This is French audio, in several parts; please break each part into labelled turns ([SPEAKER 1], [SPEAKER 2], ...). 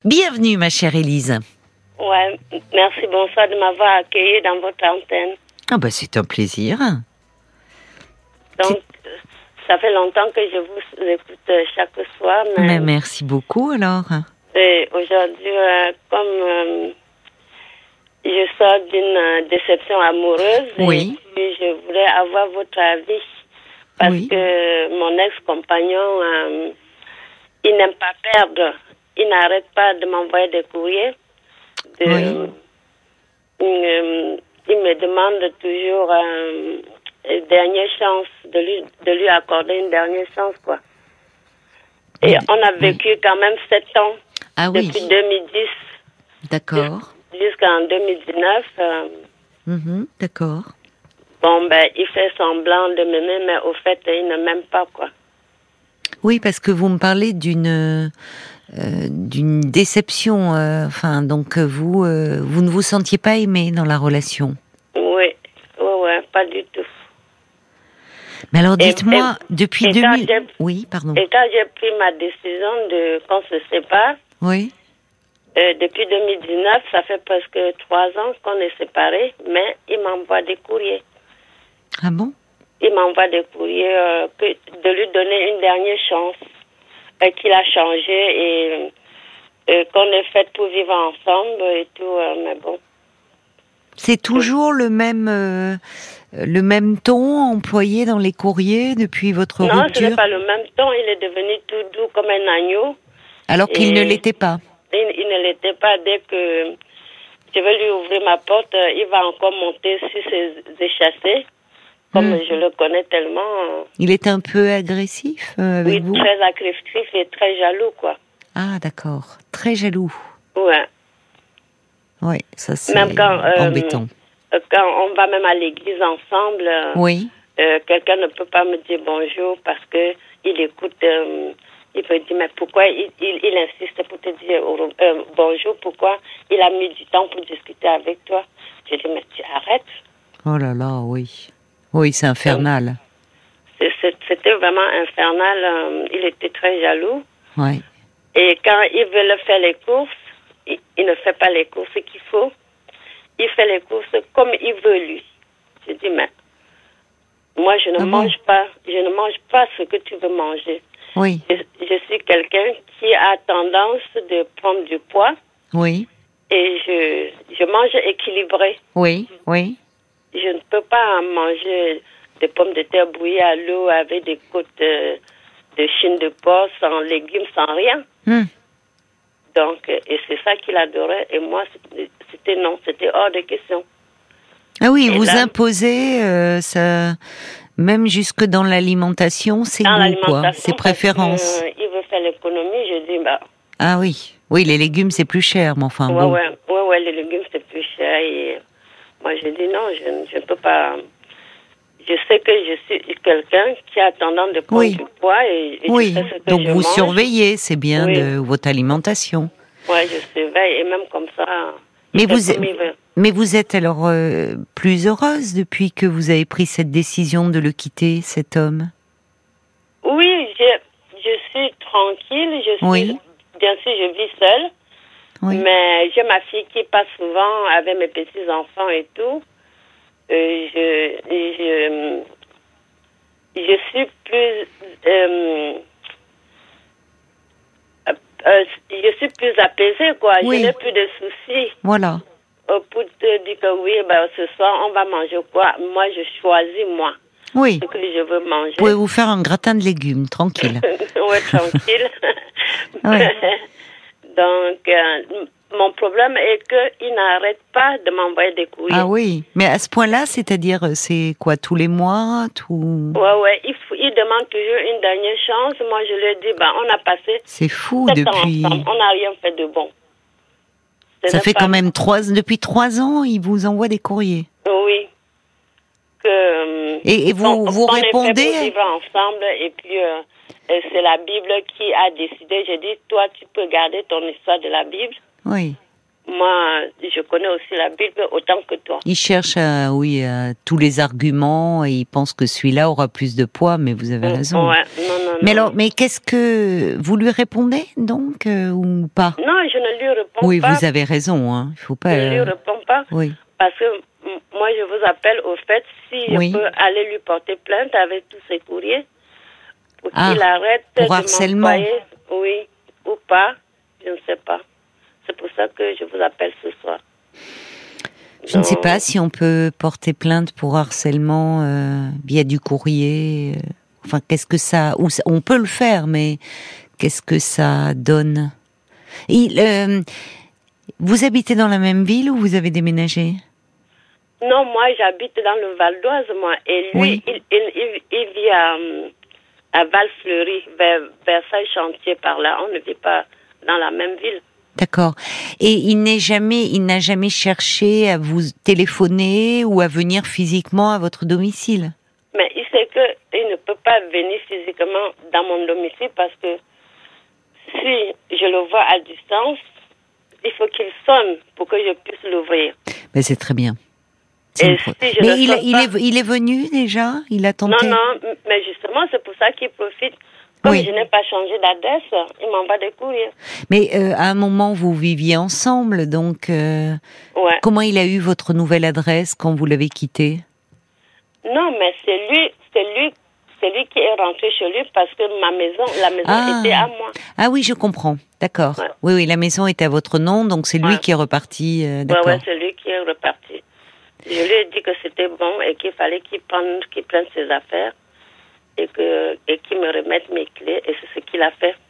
[SPEAKER 1] Bienvenue, ma chère Élise.
[SPEAKER 2] Ouais, merci, bonsoir de m'avoir accueilli dans votre antenne.
[SPEAKER 1] Ah bah c'est un plaisir.
[SPEAKER 2] Donc, ça fait longtemps que je vous écoute chaque soir,
[SPEAKER 1] Mais merci beaucoup alors.
[SPEAKER 2] aujourd'hui, comme je sors d'une déception amoureuse,
[SPEAKER 1] Oui.
[SPEAKER 2] et puis je voulais avoir votre avis parce
[SPEAKER 1] Oui.
[SPEAKER 2] que mon ex-compagnon, il n'aime pas perdre. Il n'arrête pas de m'envoyer des courriers.
[SPEAKER 1] Oui.
[SPEAKER 2] Il me demande toujours une dernière chance, de lui accorder une dernière chance, quoi. Et on a vécu quand même 7 ans,
[SPEAKER 1] Ah oui.
[SPEAKER 2] depuis 2010
[SPEAKER 1] D'accord.
[SPEAKER 2] jusqu'en 2019.
[SPEAKER 1] D'accord.
[SPEAKER 2] Bon, ben, il fait semblant de m'aimer, mais au fait, il ne m'aime pas, quoi.
[SPEAKER 1] Oui, parce que vous me parlez d'une déception. Enfin, donc vous ne vous sentiez pas aimé dans la relation.
[SPEAKER 2] Oui, pas du tout.
[SPEAKER 1] Mais alors dites-moi, depuis
[SPEAKER 2] et
[SPEAKER 1] 2000.
[SPEAKER 2] quand
[SPEAKER 1] Oui, pardon.
[SPEAKER 2] Et quand j'ai pris ma décision qu'on se sépare,
[SPEAKER 1] Oui.
[SPEAKER 2] depuis 2019, ça fait presque 3 ans qu'on est séparés, mais il m'envoie des courriers.
[SPEAKER 1] Ah bon?
[SPEAKER 2] Il m'envoie des courriers de lui donner une dernière chance, qu'il a changé et qu'on est fait pour vivre ensemble et tout, mais bon.
[SPEAKER 1] C'est toujours le même ton employé dans les courriers depuis votre
[SPEAKER 2] Non, ce n'est
[SPEAKER 1] rupture?
[SPEAKER 2] pas le même temps. Il est devenu tout doux comme un agneau.
[SPEAKER 1] Alors qu'il ne l'était pas.
[SPEAKER 2] Il ne l'était pas. Dès que je vais lui ouvrir ma porte, il va encore monter sur ses échassés. Comme je le connais tellement.
[SPEAKER 1] Il est un peu agressif avec vous?
[SPEAKER 2] Oui, très agressif et très jaloux, quoi.
[SPEAKER 1] Ah, d'accord. Très jaloux.
[SPEAKER 2] Ouais.
[SPEAKER 1] Oui, ça c'est
[SPEAKER 2] Même
[SPEAKER 1] embêtant.
[SPEAKER 2] quand on va même à l'église ensemble,
[SPEAKER 1] Oui.
[SPEAKER 2] quelqu'un ne peut pas me dire bonjour parce que il écoute. Il peut dire, mais pourquoi il insiste pour te dire bonjour, pourquoi il a mis du temps pour discuter avec toi? Je dis, mais tu arrêtes.
[SPEAKER 1] Oh là là, oui. Oui, c'est infernal.
[SPEAKER 2] C'était vraiment infernal. Il était très jaloux.
[SPEAKER 1] Oui.
[SPEAKER 2] Et quand il veut faire les courses, il ne fait pas les courses qu'il faut. Il fait les courses comme il veut, lui. Je dis, mais moi, je ne mange pas ce que tu veux manger.
[SPEAKER 1] Oui.
[SPEAKER 2] Je suis quelqu'un qui a tendance de prendre du poids.
[SPEAKER 1] Oui.
[SPEAKER 2] Et je mange équilibré.
[SPEAKER 1] Oui, oui.
[SPEAKER 2] Je ne peux pas manger des pommes de terre bouillies à l'eau avec des côtes de chine de porc, sans légumes, sans rien. Donc, et c'est ça qu'il adorait. Et moi, c'était hors de question.
[SPEAKER 1] Ah oui,
[SPEAKER 2] et
[SPEAKER 1] vous
[SPEAKER 2] là,
[SPEAKER 1] imposez ça, même jusque dans l'alimentation, ses goûts, quoi, ses préférences.
[SPEAKER 2] Il veut faire l'économie, je dis, bah.
[SPEAKER 1] Ah oui, oui, les légumes c'est plus cher, mais enfin bon.
[SPEAKER 2] Ouais, les légumes c'est plus cher. Et moi, je dis non, je ne peux pas. Je sais que je suis quelqu'un qui a tendance de prendre du poids et je sais ce que
[SPEAKER 1] donc
[SPEAKER 2] je
[SPEAKER 1] vous
[SPEAKER 2] mange.
[SPEAKER 1] surveillez, c'est bien de votre alimentation.
[SPEAKER 2] Ouais, je surveille et même comme ça.
[SPEAKER 1] Mais vous êtes alors plus heureuse depuis que vous avez pris cette décision de le quitter, cet homme?
[SPEAKER 2] Oui, je suis tranquille. Bien sûr, je vis seule.
[SPEAKER 1] Oui.
[SPEAKER 2] Mais j'ai ma fille qui passe souvent avec mes petits-enfants et tout. Je suis plus apaisée, quoi.
[SPEAKER 1] Oui.
[SPEAKER 2] Je n'ai plus de soucis.
[SPEAKER 1] Voilà.
[SPEAKER 2] Pour te dire que oui, ce soir, on va manger quoi? Moi, je choisis, moi.
[SPEAKER 1] Oui.
[SPEAKER 2] Ce que je veux manger.
[SPEAKER 1] Vous pouvez vous faire un gratin de légumes, tranquille.
[SPEAKER 2] Oui, tranquille.
[SPEAKER 1] Oui.
[SPEAKER 2] Donc, mon problème est qu'il n'arrête pas de m'envoyer des courriers.
[SPEAKER 1] Ah oui, mais à ce point-là, c'est-à-dire, c'est quoi, tous les mois, tout...
[SPEAKER 2] Ouais, il demande toujours une dernière chance. Moi, je lui dis, on a passé...
[SPEAKER 1] C'est fou,
[SPEAKER 2] 7 ans
[SPEAKER 1] depuis...
[SPEAKER 2] ensemble. On n'a rien fait de bon.
[SPEAKER 1] Ça fait quand même depuis 3 ans, il vous envoie des courriers.
[SPEAKER 2] Oui.
[SPEAKER 1] Et vous répondez...
[SPEAKER 2] On est fait pour vivre ensemble et puis... c'est la Bible qui a décidé. J'ai dit, toi, tu peux garder ton histoire de la Bible.
[SPEAKER 1] Oui.
[SPEAKER 2] moi, je connais aussi la Bible autant que toi.
[SPEAKER 1] Il cherche, tous les arguments et il pense que celui-là aura plus de poids, mais vous avez raison.
[SPEAKER 2] Ouais, non.
[SPEAKER 1] Mais qu'est-ce que vous lui répondez donc ou pas?
[SPEAKER 2] Non, je ne lui réponds pas.
[SPEAKER 1] Oui, vous avez raison. Hein. Il faut pas.
[SPEAKER 2] Je ne lui réponds pas.
[SPEAKER 1] Oui.
[SPEAKER 2] Parce que moi, je vous appelle au fait si je peux aller lui porter plainte avec tous ses courriers pour qu'il arrête
[SPEAKER 1] pour harcèlement.
[SPEAKER 2] de m'envoyer, oui, ou pas, je ne sais pas. C'est pour ça que je vous appelle ce soir.
[SPEAKER 1] Je ne sais pas si on peut porter plainte pour harcèlement via du courrier. Enfin, qu'est-ce que ça... on peut le faire, mais qu'est-ce que ça donne? Vous habitez dans la même ville ou vous avez déménagé?
[SPEAKER 2] Non, moi, j'habite dans le Val d'Oise, moi. Et lui, il vit à Val-Fleury, vers Versailles-Chantier, par là. On ne vit pas dans la même ville.
[SPEAKER 1] D'accord. Et il n'a jamais cherché à vous téléphoner ou à venir physiquement à votre domicile?
[SPEAKER 2] Mais il sait qu'il ne peut pas venir physiquement dans mon domicile parce que si je le vois à distance, il faut qu'il sonne pour que je puisse l'ouvrir.
[SPEAKER 1] Mais c'est très bien.
[SPEAKER 2] Mais
[SPEAKER 1] il est venu déjà? Il a tenté?
[SPEAKER 2] Non, mais justement, c'est pour ça qu'il profite. Comme je n'ai pas changé d'adresse, il m'envoie des courriers.
[SPEAKER 1] Mais à un moment, vous viviez ensemble, donc comment il a eu votre nouvelle adresse quand vous l'avez quitté?
[SPEAKER 2] Non, mais c'est lui qui est rentré chez lui parce que la maison était à moi.
[SPEAKER 1] Ah oui, je comprends. D'accord. Ouais. Oui, la maison était à votre nom, donc c'est lui qui est reparti. D'accord.
[SPEAKER 2] Oui, c'est lui qui est reparti. Je lui ai dit que c'était bon et qu'il fallait qu'il prenne ses affaires et qu'il me remette mes clés, et c'est ce qu'il a fait.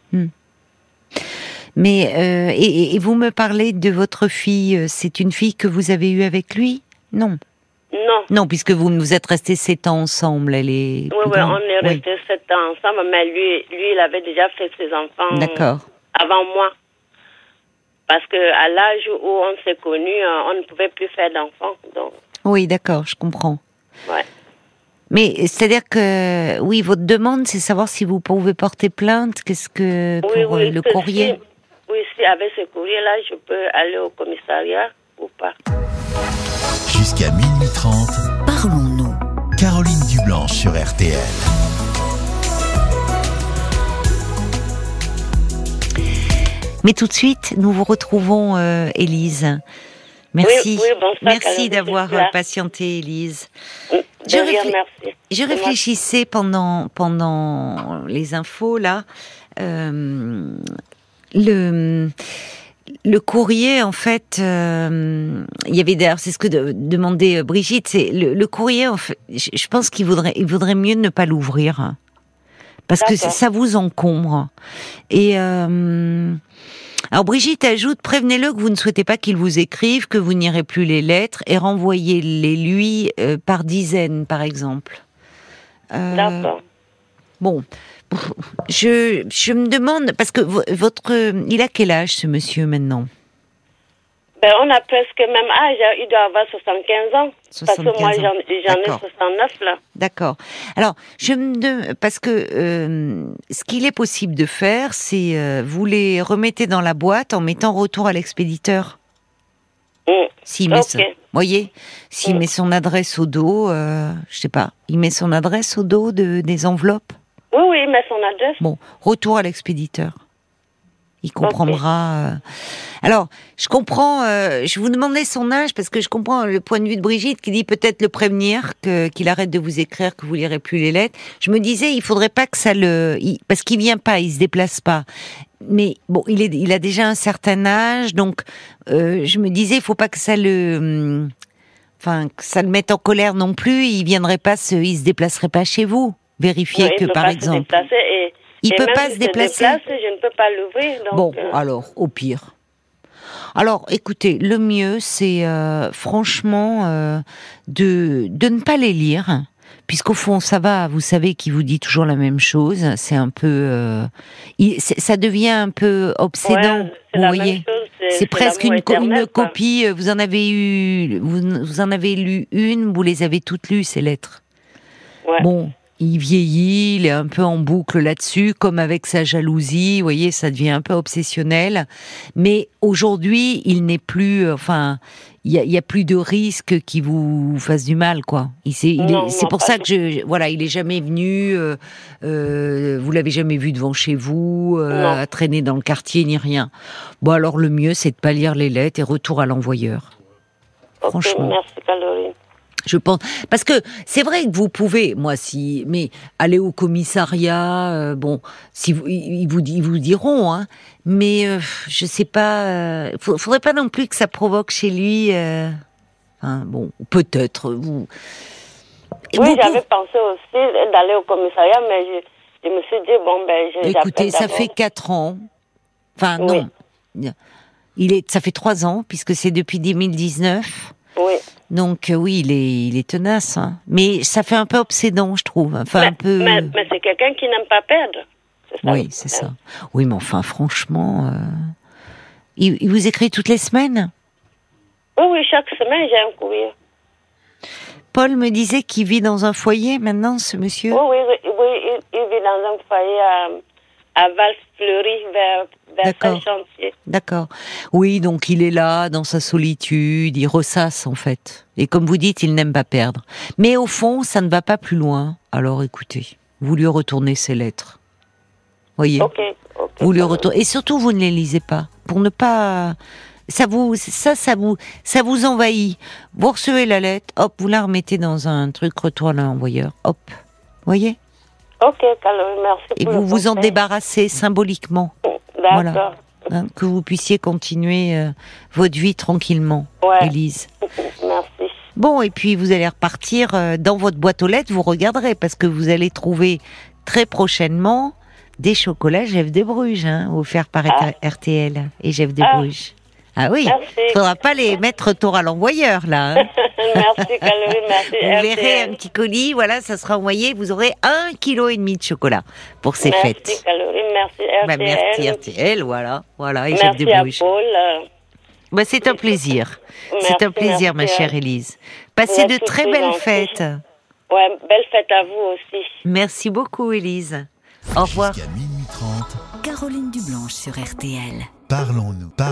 [SPEAKER 1] Mais et vous me parlez de votre fille, c'est une fille que vous avez eue avec lui? Non. Non, puisque vous êtes restés 7 ans ensemble, elle est...
[SPEAKER 2] Oui, on est restés 7 ans ensemble, mais lui, il avait déjà fait ses enfants avant moi. Parce qu'à l'âge où on s'est connus, on ne pouvait plus faire d'enfants. Donc...
[SPEAKER 1] Oui, d'accord, je comprends.
[SPEAKER 2] Ouais.
[SPEAKER 1] Mais c'est-à-dire que, oui, votre demande, c'est savoir si vous pouvez porter plainte, qu'est-ce que... pour le courrier?
[SPEAKER 2] Si avec ce courrier-là, je peux aller au commissariat ou pas.
[SPEAKER 3] Jusqu'à 12h30, parlons-nous. Caroline Dublanche sur RTL.
[SPEAKER 1] Mais tout de suite, nous vous retrouvons, Élise. Merci.
[SPEAKER 2] Bonsoir,
[SPEAKER 1] merci d'avoir patienté, Élise. Je réfléchissais pendant les infos, là. Le courrier, en fait, il y avait d'ailleurs, c'est ce que demandait Brigitte, c'est le courrier, en fait, je pense qu'il vaudrait mieux ne pas l'ouvrir. Parce que ça vous encombre. Et alors Brigitte ajoute, prévenez-le que vous ne souhaitez pas qu'il vous écrive, que vous n'irez plus les lettres, et renvoyez-les lui par dizaines, par exemple.
[SPEAKER 2] D'accord.
[SPEAKER 1] Bon, je me demande, parce que il a quel âge ce monsieur maintenant?
[SPEAKER 2] On a presque le même âge, il doit avoir 75 ans. 75 parce que moi j'en ai 69 là.
[SPEAKER 1] D'accord. Alors, parce que ce qu'il est possible de faire, c'est vous les remettez dans la boîte en mettant retour à l'expéditeur. S'il met voyez, s'il met son adresse au dos, je sais pas, il met son adresse au dos des enveloppes.
[SPEAKER 2] Oui, il met son adresse.
[SPEAKER 1] Bon, retour à l'expéditeur. Il comprendra. Alors, je comprends. Je vous demandais son âge parce que je comprends le point de vue de Brigitte qui dit peut-être le prévenir qu'il arrête de vous écrire, que vous lirez plus les lettres. Je me disais, il faudrait pas que ça parce qu'il vient pas, il se déplace pas. Mais bon, il a déjà un certain âge, donc je me disais, il faut pas que ça que ça le mette en colère non plus. Il viendrait pas, il se déplacerait pas chez vous. Vérifier que par exemple. Il peut pas se déplacer.
[SPEAKER 2] Je ne peux pas l'ouvrir.
[SPEAKER 1] Bon, alors, au pire. Alors, écoutez, le mieux, c'est franchement de ne pas les lire, puisqu'au fond, ça va. Vous savez qu'il vous dit toujours la même chose. C'est un peu, ça devient un peu obsédant. Vous voyez, c'est presque une copie. Vous en avez lu une, vous les avez toutes lues ces lettres.
[SPEAKER 2] Ouais.
[SPEAKER 1] Bon. il vieillit, il est un peu en boucle là-dessus, comme avec sa jalousie, vous voyez, ça devient un peu obsessionnel. Mais aujourd'hui, il n'est plus, il y a plus de risque qu'il vous fasse du mal, quoi. C'est pour ça que il est jamais venu, vous l'avez jamais vu devant chez vous, à traîner dans le quartier ni rien. Bon, alors le mieux, c'est de pas lire les lettres et retour à l'envoyeur. Franchement.
[SPEAKER 2] Merci, Caroline.
[SPEAKER 1] Je pense, parce que c'est vrai que vous pouvez, mais aller au commissariat, ils vous diront, hein, mais je sais pas, faudrait pas non plus que ça provoque chez lui, peut-être vous.
[SPEAKER 2] Oui, j'avais pensé aussi d'aller au commissariat, mais je me suis dit
[SPEAKER 1] écoutez, ça fait 4 ans, non, ça fait 3 ans puisque c'est depuis 2019.
[SPEAKER 2] Oui.
[SPEAKER 1] Donc oui, il est tenace, hein. Mais ça fait un peu obsédant, je trouve.
[SPEAKER 2] Mais c'est quelqu'un qui n'aime pas perdre.
[SPEAKER 1] Oui, c'est ça. Oui, mais franchement, il vous écrit toutes les semaines?
[SPEAKER 2] Oui, chaque semaine j'ai un courrier.
[SPEAKER 1] Paul me disait qu'il vit dans un foyer maintenant, ce monsieur.
[SPEAKER 2] Oui, il vit dans un foyer à Val-Fleury, vers Saint-Chantier.
[SPEAKER 1] D'accord. Oui, donc il est là, dans sa solitude, il ressasse en fait. Et comme vous dites, il n'aime pas perdre. Mais au fond, ça ne va pas plus loin. Alors écoutez, vous lui retournez ses lettres. Voyez.
[SPEAKER 2] Ok.
[SPEAKER 1] Vous lui retournez. Et surtout, vous ne les lisez pas. Pour ne pas... Ça vous envahit. Vous recevez la lettre, hop, vous la remettez dans un truc, retour à l'envoyeur. Hop. Voyez.
[SPEAKER 2] Ok, Caroline, merci.
[SPEAKER 1] Et vous vous en débarrassez symboliquement.
[SPEAKER 2] D'accord.
[SPEAKER 1] Voilà. Que vous puissiez continuer votre vie tranquillement, Élise.
[SPEAKER 2] Merci.
[SPEAKER 1] Bon, et puis vous allez repartir dans votre boîte aux lettres, vous regarderez, parce que vous allez trouver très prochainement des chocolats Jeff de Bruges, offerts par RTL et Jeff de Bruges. Ah oui, il ne faudra pas les mettre retour à l'envoyeur, là.
[SPEAKER 2] Merci, Caroline, merci.
[SPEAKER 1] Vous verrez un petit colis, voilà, ça sera envoyé, vous aurez 1,5 kg de chocolat pour ces fêtes.
[SPEAKER 2] Merci, Caroline, merci, RTL.
[SPEAKER 1] Merci, RTL, voilà, et
[SPEAKER 2] merci
[SPEAKER 1] Jeff de Bruges.
[SPEAKER 2] Paul.
[SPEAKER 1] C'est un plaisir.
[SPEAKER 2] Merci,
[SPEAKER 1] c'est un plaisir, ma chère Élise. Passez de très belles fêtes.
[SPEAKER 2] Ouais, belle fête à vous aussi.
[SPEAKER 1] Merci beaucoup, Élise. Au revoir.
[SPEAKER 3] Jusqu'à minuit 30.
[SPEAKER 4] Caroline Dublanche sur RTL.
[SPEAKER 3] Parlons-nous.